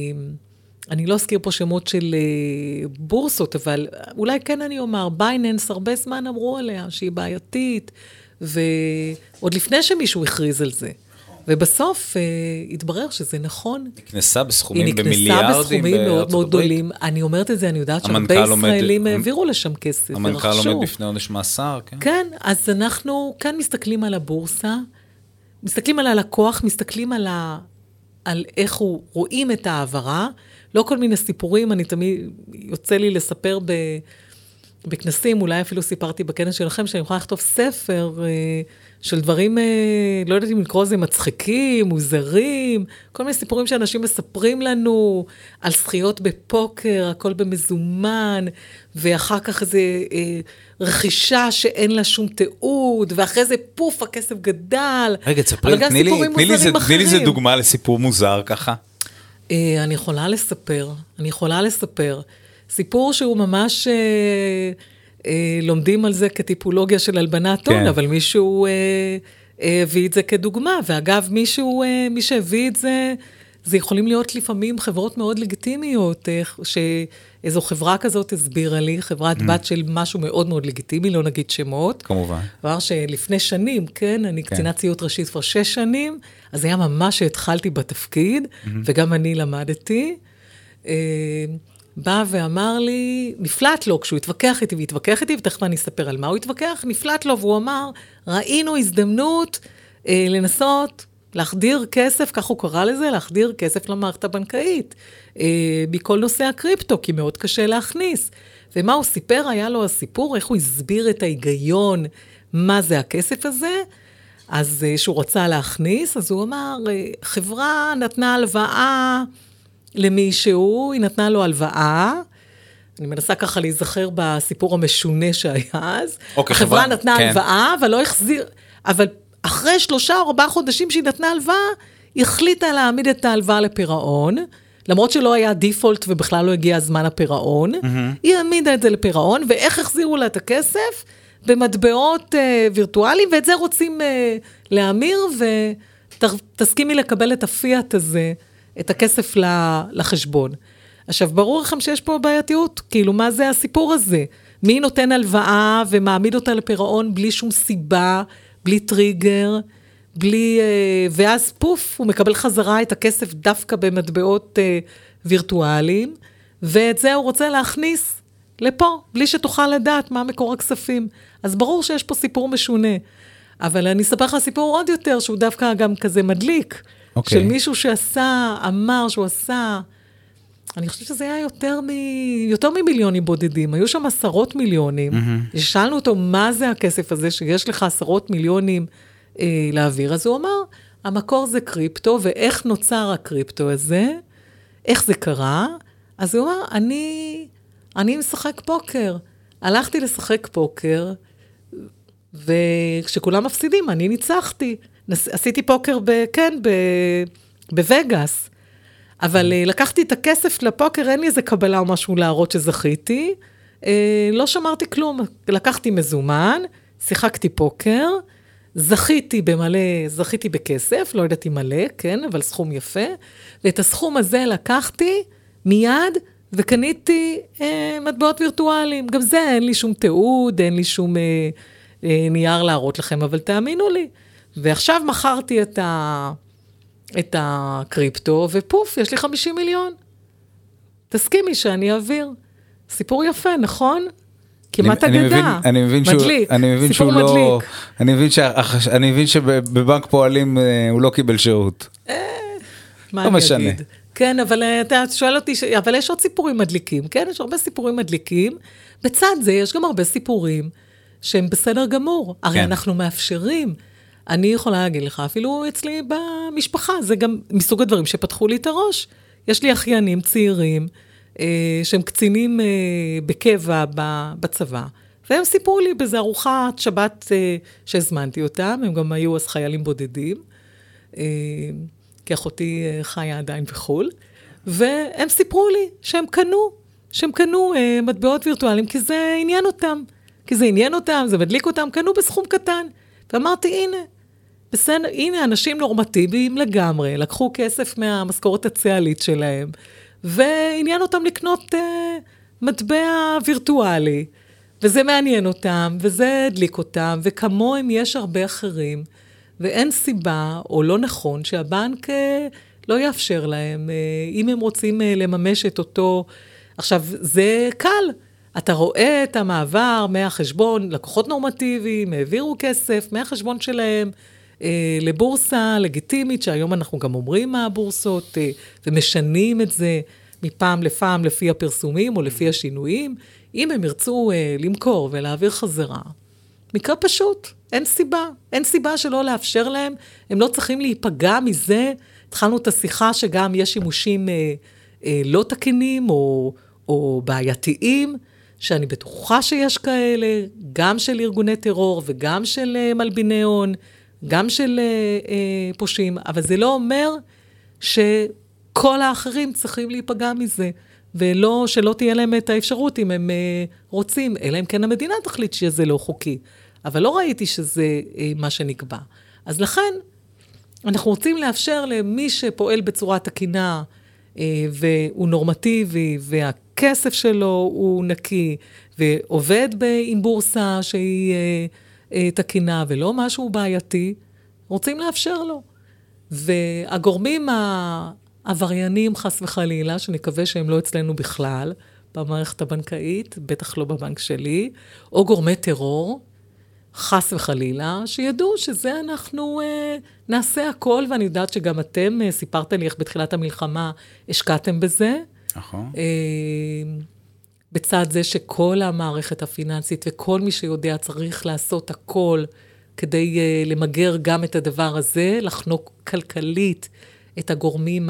אני לא אזכיר פה שמות של אה, בורסות, אבל אולי כן אני אומר, בייננס הרבה זמן אמרו עליה שהיא בעייתית, ועוד לפני שמישהו הכריז על זה. ובסוף אה, התברר שזה נכון. נכנסה בסכומים היא במיליארדים נכנסה בסכומים מאוד מאוד גדולים. אני אומרת את זה, אני יודעת שהרבה ישראלים העבירו לשם כסף. המנכ"ל עומד בפני עונש מאסר, כן? כן, אז אנחנו כאן מסתכלים על הבורסה, מסתכלים על הלקוח, מסתכלים על, ה, על איך הוא רואים את העברה, לא כל מיני סיפורים, אני תמיד יוצא לי לספר ב... בכנסים, אולי אפילו סיפרתי בכנס שלכם, שאני יכולה לכתוב ספר אה, של דברים, אה, לא יודעת אם לקרוא לזה מצחיקים, מוזרים, כל מיני סיפורים שאנשים מספרים לנו, על זכיות בפוקר, הכל במזומן, ואחר כך איזו אה, רכישה שאין לה שום תיעוד, ואחרי זה פוף, הכסף גדל. רגע, תספרי, תני לי, תני לי, זה, תני לי זה דוגמה לסיפור מוזר ככה. אה, אני יכולה לספר, אני יכולה לספר. סיפור שהוא ממש אה, אה, לומדים על זה כטיפולוגיה של הלבנת הון, כן. אבל מישהו אה, אה, הביא את זה כדוגמה, ואגב, מישהו, אה, מי שהביא את זה, זה יכולים להיות לפעמים חברות מאוד לגיטימיות, אה, שאיזו חברה כזאת הסבירה לי, חברת mm. בת של משהו מאוד מאוד לגיטימי, לא נגיד שמות. כמובן. דבר שלפני שנים, כן, אני כן. קצינת ציות ראשית כבר שש שנים, אז היה ממש שהתחלתי בתפקיד, mm-hmm. וגם אני למדתי, אה, בא ואמר לי, נפלט לו, כשהוא התווכח איתי והתווכח איתי, ותכף אני אספר על מה הוא התווכח, נפלט לו, והוא אמר, ראינו הזדמנות אה, לנסות להחדיר כסף, כך הוא קרא לזה, להחדיר כסף למערכת הבנקאית, אה, מכל נושא הקריפטו, כי מאוד קשה להכניס. ומה הוא סיפר? היה לו הסיפור, איך הוא הסביר את ההיגיון, מה זה הכסף הזה, אז אה, שהוא רצה להכניס, אז הוא אמר, אה, חברה נתנה הלוואה למישהו, היא נתנה לו הלוואה, אני מנסה ככה להיזכר בסיפור המשונה שהיה אז, אוקיי, החברה חברה, נתנה כן. הלוואה, אבל לא החזיר, אבל אחרי שלושה או ארבעה חודשים שהיא נתנה הלוואה, היא החליטה להעמיד את ההלוואה לפירעון, למרות שלא היה דיפולט ובכלל לא הגיע הזמן הפירעון, mm-hmm. היא העמידה את זה לפירעון, ואיך החזירו לה את הכסף? במטבעות uh, וירטואליים, ואת זה רוצים uh, להמיר, ותסכימי לקבל את הפיאט הזה, את הכסף לחשבון. עכשיו, ברור לכם שיש פה בעייתיות, כאילו, מה זה הסיפור הזה? מי נותן הלוואה ומעמיד אותה לפירעון בלי שום סיבה, בלי טריגר, בלי, ואז פוף, הוא מקבל חזרה את הכסף דווקא במטבעות וירטואליים, ואת זה הוא רוצה להכניס לפה, בלי שתוכל לדעת מה מקור הכספים. אז ברור שיש פה סיפור משונה. אבל אני אספר לך סיפור עוד יותר, שהוא דווקא גם כזה מדליק, okay. של מישהו שעשה, אמר שהוא עשה, אני חושבת שזה היה יותר, מ... יותר ממיליונים בודדים, היו שם עשרות מיליונים, mm-hmm. שאלנו אותו, מה זה הכסף הזה, שיש לך עשרות מיליונים אה, להעביר, אז הוא אמר, המקור זה קריפטו, ואיך נוצר הקריפטו הזה, איך זה קרה, אז הוא אמר, אני, אני משחק פוקר, הלכתי לשחק פוקר, וכשכולם מפסידים, אני ניצחתי, עשיתי פוקר, ב... כן, ב... בווגאס, אבל לקחתי את הכסף לפוקר, אין לי איזה קבלה או משהו להראות שזכיתי, לא שמרתי כלום, לקחתי מזומן, שיחקתי פוקר, זכיתי במלא, זכיתי בכסף, לא ידעתי מלא, כן, אבל סכום יפה, ואת הסכום הזה לקחתי מיד, וקניתי אה, מטבעות וירטואליים, גם זה אין לי שום תיעוד, אין לי שום אה, אה, נייר להראות לכם, אבל תאמינו לי, ועכשיו מכרתי את ה... את הקריפטו, ופוף, יש לי חמישים מיליון. תסכימי שאני אעביר. סיפור יפה, נכון? כמעט אגדה. אני מבין שהוא, מדליק. אני מבין שהוא לא, אני מבין ש, אני מבין שבבנק פועלים הוא לא קיבל שירות. מה אני אגיד? כן, אבל אתה שואל אותי, אבל יש עוד סיפורים מדליקים, כן? יש הרבה סיפורים מדליקים. בצד זה יש גם הרבה סיפורים שהם בסדר גמור. הרי אנחנו מאפשרים, אני יכולה להגיד לך, אפילו אצלי במשפחה, זה גם מסוג הדברים שפתחו לי את הראש. יש לי אחיינים צעירים, אה, שהם קצינים אה, בקבע בצבא, והם סיפרו לי בזה ארוחת שבת אה, שהזמנתי אותם, הם גם היו אז חיילים בודדים, אה, כי אחותי אה, חיה עדיין בחול, והם סיפרו לי שהם קנו, שהם קנו אה, מטבעות וירטואליים, כי זה עניין אותם, כי זה עניין אותם, זה מדליק אותם, קנו בסכום קטן, ואמרתי, הנה, בסדר, הנה, אנשים נורמטיביים לגמרי, לקחו כסף מהמשכורת הצה"לית שלהם, ועניין אותם לקנות אה, מטבע וירטואלי, וזה מעניין אותם, וזה הדליק אותם, וכמוהם יש הרבה אחרים, ואין סיבה, או לא נכון, שהבנק אה, לא יאפשר להם, אה, אם הם רוצים אה, לממש את אותו, עכשיו, זה קל, אתה רואה את המעבר מהחשבון, לקוחות נורמטיביים, העבירו כסף מהחשבון שלהם, אה, לבורסה לגיטימית, שהיום אנחנו גם אומרים מה הבורסות, אה, ומשנים את זה מפעם לפעם לפי הפרסומים או לפי השינויים, אם הם ירצו אה, למכור ולהעביר חזרה. מקרה פשוט, אין סיבה, אין סיבה שלא לאפשר להם, הם לא צריכים להיפגע מזה, התחלנו את השיחה שגם יש שימושים אה, אה, לא תקינים או, או בעייתיים, שאני בטוחה שיש כאלה, גם של ארגוני טרור וגם של uh, מלביני הון, גם של uh, uh, פושעים, אבל זה לא אומר שכל האחרים צריכים להיפגע מזה, ולא, שלא תהיה להם את האפשרות אם הם uh, רוצים, אלא אם כן המדינה תחליט שזה לא חוקי. אבל לא ראיתי שזה uh, מה שנקבע. אז לכן, אנחנו רוצים לאפשר למי שפועל בצורה תקינה, uh, והוא נורמטיבי, וה... כסף שלו הוא נקי, ועובד עם בורסה שהיא אה, אה, תקינה, ולא משהו בעייתי, רוצים לאפשר לו. והגורמים העבריינים, חס וחלילה, שנקווה שהם לא אצלנו בכלל, במערכת הבנקאית, בטח לא בבנק שלי, או גורמי טרור, חס וחלילה, שידעו שזה אנחנו אה, נעשה הכל, ואני יודעת שגם אתם אה, סיפרת לי איך בתחילת המלחמה השקעתם בזה. נכון. אה, בצד זה שכל המערכת הפיננסית וכל מי שיודע צריך לעשות הכל כדי uh, למגר גם את הדבר הזה, לחנוק כלכלית את הגורמים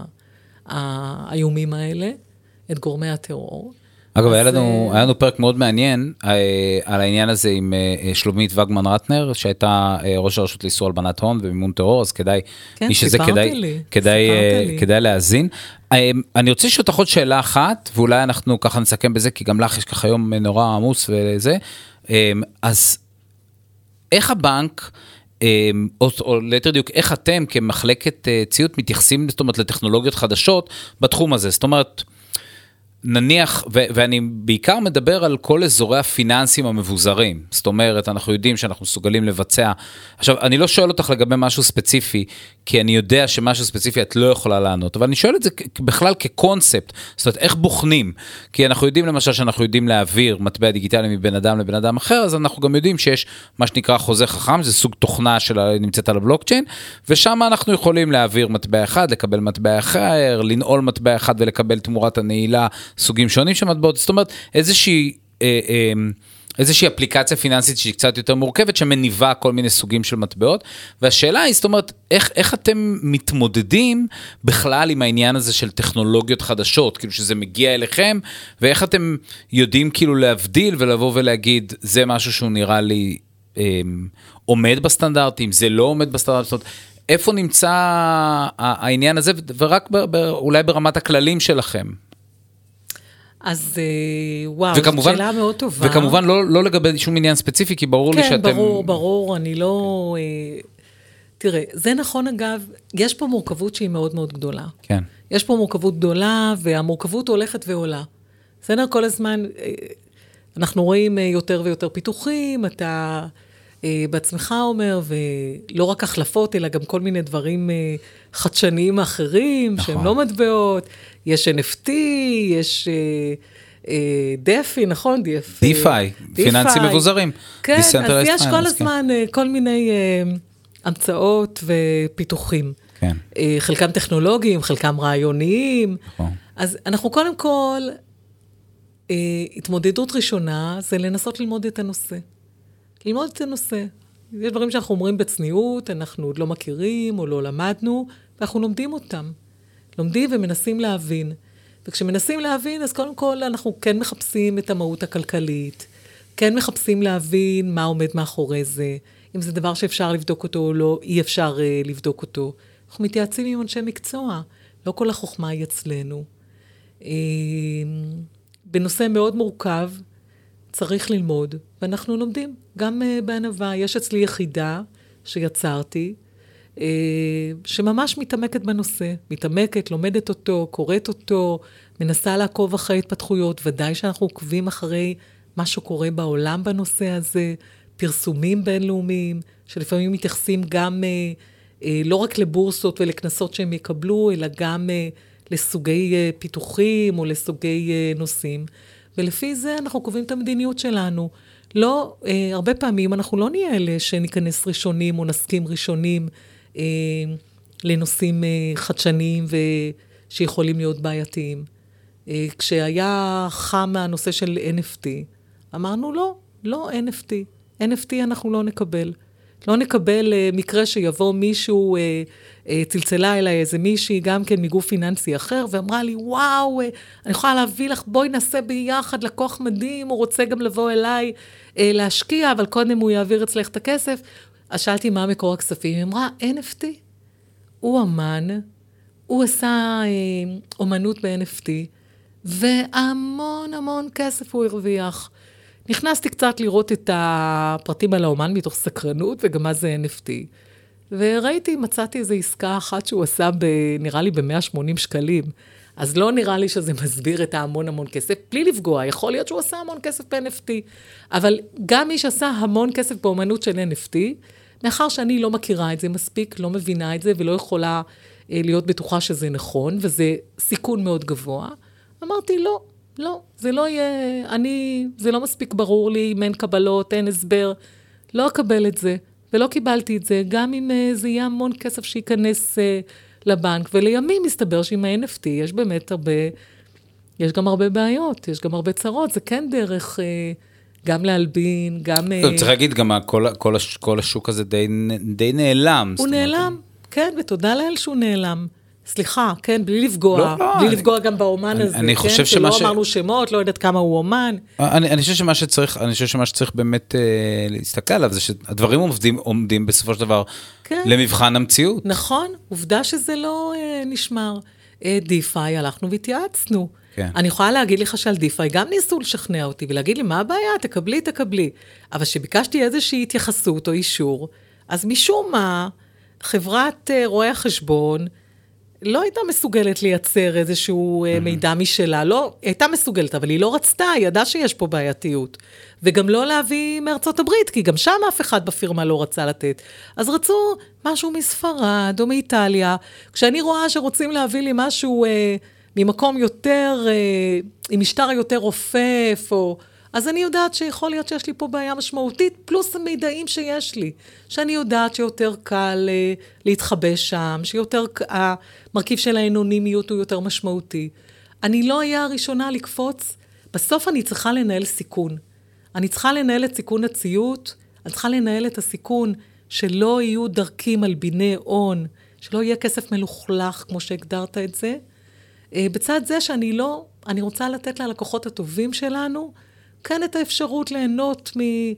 האיומים האלה, את גורמי הטרור. אגב, היה לנו, היה לנו פרק מאוד מעניין על העניין הזה עם שלומית וגמן רטנר, שהייתה ראש הרשות לאיסור הלבנת הון ומימון טרור, אז כדאי, כן, מי שזה כדאי, כדאי, כדאי להאזין. אני רוצה לשאול אותך עוד שאלה אחת, ואולי אנחנו ככה נסכם בזה, כי גם לך יש ככה יום נורא עמוס וזה. אז איך הבנק, או, או ליתר דיוק, איך אתם כמחלקת ציות מתייחסים, זאת אומרת, לטכנולוגיות חדשות בתחום הזה? זאת אומרת, נניח, ו- ואני בעיקר מדבר על כל אזורי הפיננסים המבוזרים, זאת אומרת, אנחנו יודעים שאנחנו מסוגלים לבצע, עכשיו, אני לא שואל אותך לגבי משהו ספציפי, כי אני יודע שמשהו ספציפי את לא יכולה לענות, אבל אני שואל את זה בכלל כקונספט, זאת אומרת, איך בוחנים? כי אנחנו יודעים למשל שאנחנו יודעים להעביר מטבע דיגיטלי מבן אדם לבן אדם אחר, אז אנחנו גם יודעים שיש מה שנקרא חוזה חכם, זה סוג תוכנה שנמצאת על הבלוקצ'יין, ושם אנחנו יכולים להעביר מטבע אחד, לקבל מטבע אחר, לנעול מטבע אחד ולקבל תמורת הנעילה, סוגים שונים של מטבעות, זאת אומרת, איזושהי, אה, אה, איזושהי אפליקציה פיננסית שהיא קצת יותר מורכבת, שמניבה כל מיני סוגים של מטבעות, והשאלה היא, זאת אומרת, איך, איך אתם מתמודדים בכלל עם העניין הזה של טכנולוגיות חדשות, כאילו שזה מגיע אליכם, ואיך אתם יודעים כאילו להבדיל ולבוא ולהגיד, זה משהו שהוא נראה לי אה, עומד בסטנדרטים, זה לא עומד בסטנדרטים, זאת אומרת, איפה נמצא העניין הזה, ורק ב, ב, אולי ברמת הכללים שלכם? אז וואו, זו שאלה מאוד טובה. וכמובן לא, לא לגבי שום עניין ספציפי, כי ברור כן, לי שאתם... כן, ברור, ברור, אני לא... תראה, זה נכון אגב, יש פה מורכבות שהיא מאוד מאוד גדולה. כן. יש פה מורכבות גדולה, והמורכבות הולכת ועולה. בסדר, כל הזמן, אנחנו רואים יותר ויותר פיתוחים, אתה בעצמך אומר, ולא רק החלפות, אלא גם כל מיני דברים חדשניים אחרים, נכון. שהם לא מטבעות, יש אן אף טי, יש דפי, נכון? דיפיי, פיננסים מבוזרים. כן, אז יש כל הזמן כל מיני המצאות ופיתוחים. כן. חלקם טכנולוגיים, חלקם רעיוניים. נכון. אז אנחנו קודם כל, התמודדות ראשונה, זה לנסות ללמוד את הנושא. ללמוד את הנושא. יש דברים שאנחנו אומרים בצניעות, אנחנו עוד לא מכירים או לא למדנו, ואנחנו לומדים אותם. לומדים ומנסים להבין. וכשמנסים להבין, אז קודם כל אנחנו כן מחפשים את המהות הכלכלית, כן מחפשים להבין מה עומד מאחורי זה, אם זה דבר שאפשר לבדוק אותו או לא, אי אפשר uh, לבדוק אותו. אנחנו מתייעצים עם אנשי מקצוע, לא כל החוכמה היא אצלנו. Uh, בנושא מאוד מורכב, צריך ללמוד, ואנחנו לומדים. גם uh, בענווה, יש אצלי יחידה שיצרתי, uh, שממש מתעמקת בנושא, מתעמקת, לומדת אותו, קוראת אותו, מנסה לעקוב אחרי התפתחויות, ודאי שאנחנו עוקבים אחרי מה שקורה בעולם בנושא הזה, פרסומים בינלאומיים, שלפעמים מתייחסים גם uh, uh, לא רק לבורסות ולכנסות שהם יקבלו, אלא גם uh, לסוגי uh, פיתוחים או לסוגי uh, נושאים. ולפי זה אנחנו קובעים את המדיניות שלנו. לא, אה, הרבה פעמים אנחנו לא נהיה אלה שניכנס ראשונים או נסכים ראשונים אה, לנושאים אה, חדשניים ושיכולים להיות בעייתיים. אה, כשהיה חם מהנושא של אן אף טי, אמרנו לא, לא אן אף טי. אן אף טי אנחנו לא נקבל. לא נקבל אה, מקרה שיבוא מישהו, אה, אה, צלצלה אליי איזה מישהי, גם כן מגוף פיננסי אחר, ואמרה לי, וואו, אה, אני יכולה להביא לך, בואי נעשה ביחד, לקוח מדהים, הוא רוצה גם לבוא אליי אה, להשקיע, אבל קודם הוא יעביר אצלך את הכסף. אז שאלתי מה מקור הכספים, היא אמרה, אן אף טי. הוא אמן, הוא עשה אה, אומנות ב-אן אף טי, והמון המון כסף הוא הרוויח. נכנסתי קצת לראות את הפרטים על האומן מתוך סקרנות, וגם מה זה אן אף טי. וראיתי, מצאתי איזו עסקה אחת שהוא עשה, ב, נראה לי ב-מאה ושמונים שקלים. אז לא נראה לי שזה מסביר את ההמון המון כסף, בלי לפגוע. יכול להיות שהוא עשה המון כסף ב-אן אף טי. אבל גם מי שעשה המון כסף באומנות של אן אף טי, מאחר שאני לא מכירה את זה מספיק, לא מבינה את זה, ולא יכולה אה, להיות בטוחה שזה נכון, וזה סיכון מאוד גבוה, אמרתי, לא. לא, זה לא יהיה, אני, זה לא מספיק ברור לי, אם אין קבלות, אין הסבר. לא אקבל את זה, ולא קיבלתי את זה, גם אם uh, זה יהיה המון כסף שייכנס uh, לבנק, ולימים מסתבר שעם ה-אן אף טי יש באמת הרבה, יש גם הרבה בעיות, יש גם הרבה צרות, זה כן דרך uh, גם להלבין, גם... Uh, צריך להגיד, גם כל, כל, הש, כל השוק הזה די, די נעלם. הוא נעלם, כן, ותודה לאל שהוא נעלם. סליחה, כן, בלי לפגוע, לא, לא, בלי אני, לפגוע גם באומן אני, הזה, אני כן, חושב שלא ש... אמרנו שמות, לא יודעת כמה הוא אומן. אני, אני חושב שמה שצריך, אני חושב שמה שצריך באמת אה, להסתכל עליו, זה שהדברים עומדים, עומדים בסופו של דבר כן. למבחן המציאות. נכון, עובדה שזה לא אה, נשמר. אה, דיפיי, הלכנו והתייעצנו. כן. אני יכולה להגיד לך שעל דיפיי, גם ניסו לשכנע אותי, ולהגיד לי, מה הבעיה? תקבלי, תקבלי. אבל שביקשתי איזושהי התייחסות או אישור, אז משום מה, חברת אה, רואי החשבון, לא הייתה מסוגלת לייצר איזשהו mm-hmm. מידע משלה, לא, היא הייתה מסוגלת, אבל היא לא רצתה, היא ידעה שיש פה בעייתיות. וגם לא להביא מארצות הברית, כי גם שם אף אחד בפירמה לא רצה לתת. אז רצו משהו מספרד או מאיטליה. כשאני רואה שרוצים להביא לי משהו אה, ממקום יותר, אה, עם משטר יותר רופף, או... אז אני יודעת שיכול להיות שיש לי פה בעיה משמעותית, פלוס המידעים שיש לי, שאני יודעת שיותר קל אה, להתחבש שם, שיותר, המרכיב של האנונימיות הוא יותר משמעותי. אני לא אהיה הראשונה לקפוץ, בסוף אני צריכה לנהל סיכון. אני צריכה לנהל את סיכון הציות, אני צריכה לנהל את הסיכון שלא יהיו דרכים על ביני הון, שלא יהיה כסף מלוכלך כמו שהגדרת את זה. אה, בצד זה שאני לא, אני רוצה לתת ללקוחות הטובים שלנו, כן את האפשרות ליהנות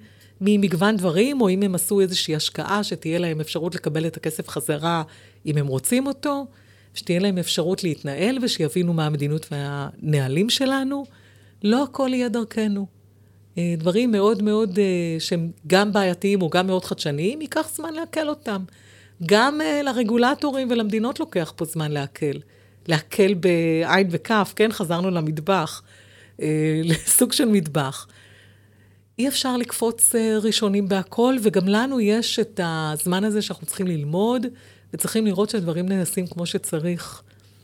ממגוון דברים, או אם הם עשו איזושהי השקעה, שתהיה להם אפשרות לקבל את הכסף חזרה, אם הם רוצים אותו, שתהיה להם אפשרות להתנהל, ושיבינו מה המדינות והנהלים שלנו. לא הכל יהיה דרכנו. דברים מאוד מאוד, שהם גם בעייתיים, או גם מאוד חדשניים, ייקח זמן להקל אותם. גם לרגולטורים ולמדינות לוקח פה זמן להקל. להקל בעין וכף, כן, חזרנו למטבח. לסוג של מטבח. אי אפשר לקפוץ ראשונים בהכל, וגם לנו יש את הזמן הזה שאנחנו צריכים ללמוד, וצריכים לראות שהדברים נעשים כמו שצריך.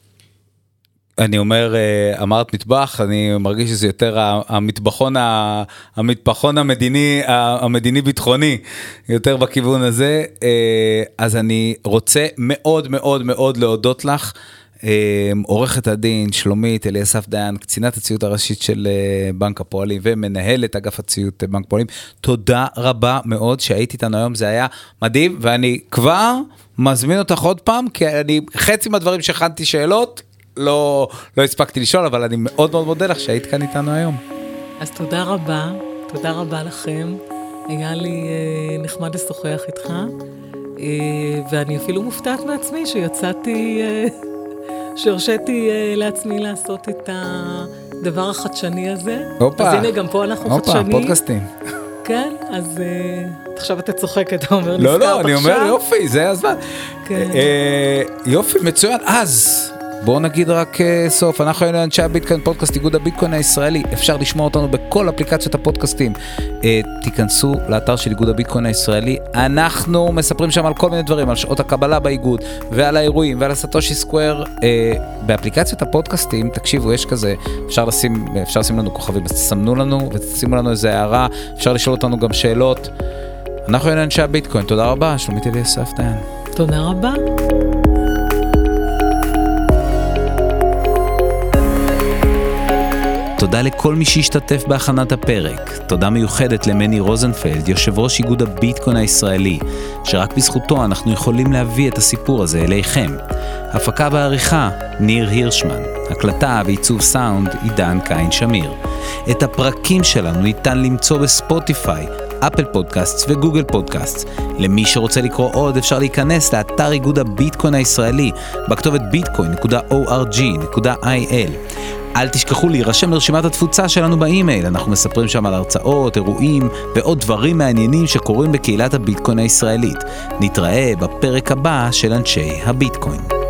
אני אומר, אמרת מטבח, אני מרגיש שזה יותר המטבחון, המטבחון המדיני, המדיני ביטחוני, יותר בכיוון הזה. אז אני רוצה מאוד מאוד מאוד להודות לך, עורכת הדין שלומית אליסף דיין, קצינת הציות הראשית של בנק הפועלים ומנהלת אגף הציות בנק הפועלים. תודה רבה מאוד שהיית איתנו היום, זה היה מדהים, ואני כבר מזמין אותך עוד פעם, כי אני חצי מהדברים שהכנתי שאלות, לא, לא הספקתי לשאול, אבל אני מאוד מאוד מודה לך שהיית כאן איתנו היום. אז תודה רבה, תודה רבה לכם, היה לי אה, נחמד לשוחח איתך, אה, ואני אפילו מופתעת מעצמי שיצאתי... אה, שהרשיתי uh, לעצמי לעשות את הדבר החדשני הזה. אופה. אז הנה, גם פה אנחנו אופה, חדשנים. אופה, פודקאסטים. כן, אז uh, עכשיו אתה צוחק, אתה אומר, לא, לא, אני עכשיו. אומר יופי, זה הזמן. כן. Uh, יופי, מצוין. אז, בואו נגיד רק uh, סוף, אנחנו היינו אנשי הביטקוין, פודקאסט איגוד הביטקוין הישראלי, אפשר לשמוע אותנו בכל אפליקציות הפודקאסטים. Uh, תיכנסו לאתר של איגוד הביטקוין הישראלי, אנחנו מספרים שם על כל מיני דברים, על שעות הקבלה באיגוד, ועל האירועים, ועל הסטושי סקוואר. Uh, באפליקציות הפודקאסטים, תקשיבו, יש כזה, אפשר לשים, אפשר לשים לנו כוכבים, אז תסמנו לנו ותשימו לנו איזה הערה, אפשר לשאול אותנו גם שאלות. אנחנו היינו אנשי הביטקוין, תודה רבה, שלומית אליסף דיין. תודה רבה. תודה לכל מי שהשתתף בהכנת הפרק. תודה מיוחדת למני רוזנפלד, יושב ראש איגוד הביטקוין הישראלי, שרק בזכותו אנחנו יכולים להביא את הסיפור הזה אליכם. הפקה ועריכה, ניר הירשמן. הקלטה ועיצוב סאונד, עידן קין שמיר. את הפרקים שלנו ניתן למצוא בספוטיפיי, אפל פודקאסט וגוגל פודקאסט. למי שרוצה לקרוא עוד, אפשר להיכנס לאתר איגוד הביטקוין הישראלי, בכתובת ביטקוין נקודה או אר ג'י נקודה איי אל. אל תשכחו להירשם לרשימת התפוצה שלנו באימייל, אנחנו מספרים שם על הרצאות, אירועים ועוד דברים מעניינים שקורים בקהילת הביטקוין הישראלית. נתראה בפרק הבא של אנשי הביטקוין.